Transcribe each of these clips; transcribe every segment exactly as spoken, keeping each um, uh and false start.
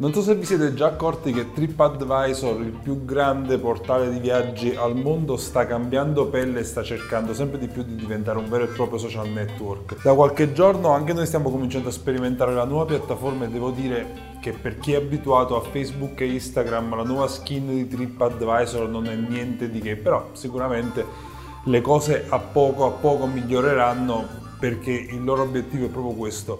Non so se vi siete già accorti che TripAdvisor, il più grande portale di viaggi al mondo, sta cambiando pelle e sta cercando sempre di più di diventare un vero e proprio social network. Da qualche giorno anche noi stiamo cominciando a sperimentare la nuova piattaforma e devo dire che per chi è abituato a Facebook e Instagram la nuova skin di TripAdvisor non è niente di che, però sicuramente le cose a poco a poco miglioreranno perché il loro obiettivo è proprio questo.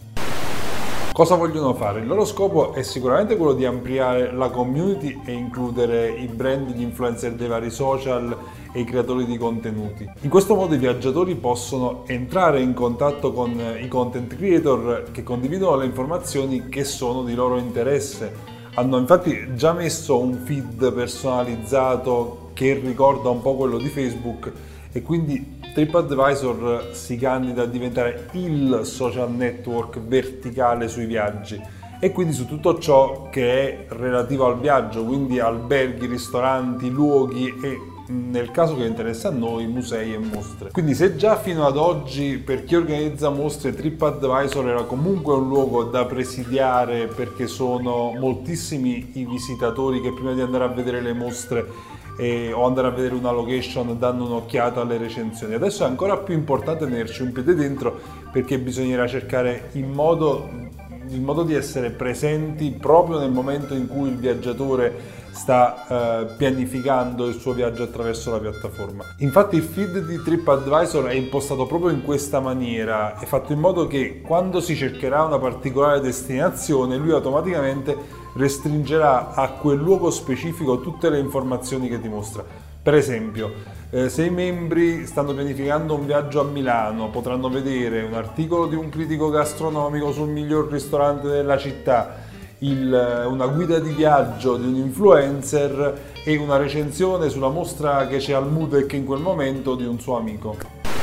Cosa vogliono fare? Il loro scopo è sicuramente quello di ampliare la community e includere i brand, gli influencer dei vari social e i creatori di contenuti. In questo modo i viaggiatori possono entrare in contatto con i content creator che condividono le informazioni che sono di loro interesse. Hanno infatti già messo un feed personalizzato che ricorda un po' quello di Facebook e quindi TripAdvisor si candida a diventare il social network verticale sui viaggi e quindi su tutto ciò che è relativo al viaggio, quindi alberghi, ristoranti, luoghi e nel caso che interessa a noi musei e mostre. Quindi se già fino ad oggi per chi organizza mostre TripAdvisor era comunque un luogo da presidiare perché sono moltissimi i visitatori che prima di andare a vedere le mostre E, o andare a vedere una location danno un'occhiata alle recensioni. Adesso è ancora più importante tenerci un piede dentro perché bisognerà cercare in modo, in modo di essere presenti proprio nel momento in cui il viaggiatore sta eh, pianificando il suo viaggio attraverso la piattaforma. Infatti il feed di TripAdvisor è impostato proprio in questa maniera, è fatto in modo che quando si cercherà una particolare destinazione lui automaticamente restringerà a quel luogo specifico tutte le informazioni che ti mostra. Per esempio, eh, se i membri stanno pianificando un viaggio a Milano, potranno vedere un articolo di un critico gastronomico sul miglior ristorante della città, il, una guida di viaggio di un influencer e una recensione sulla mostra che c'è al Mutec in quel momento di un suo amico.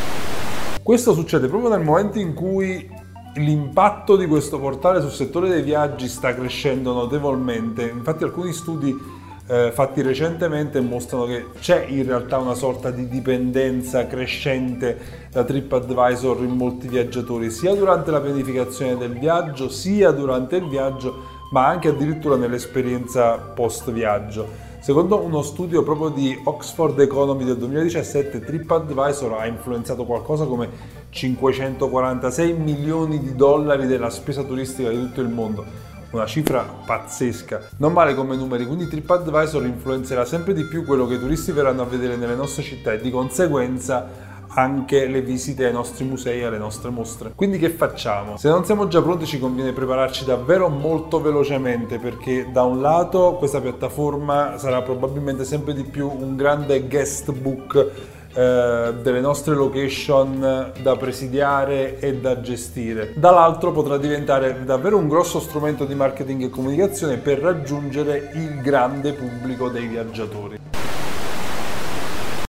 Questo succede proprio nel momento in cui l'impatto di questo portale sul settore dei viaggi sta crescendo notevolmente. Infatti alcuni studi eh, fatti recentemente mostrano che c'è in realtà una sorta di dipendenza crescente da TripAdvisor in molti viaggiatori, sia durante la pianificazione del viaggio, sia durante il viaggio, ma anche addirittura nell'esperienza post viaggio. Secondo uno studio proprio di Oxford Economy del duemiladiciassette, TripAdvisor ha influenzato qualcosa come cinquecentoquarantasei milioni di dollari della spesa turistica di tutto il mondo, una cifra pazzesca. Non male come numeri, quindi TripAdvisor influenzerà sempre di più quello che i turisti verranno a vedere nelle nostre città e di conseguenza anche le visite ai nostri musei e alle nostre mostre. Quindi che facciamo? Se non siamo già pronti ci conviene prepararci davvero molto velocemente perché da un lato questa piattaforma sarà probabilmente sempre di più un grande guest book eh, delle nostre location da presidiare e da gestire. Dall'altro potrà diventare davvero un grosso strumento di marketing e comunicazione per raggiungere il grande pubblico dei viaggiatori.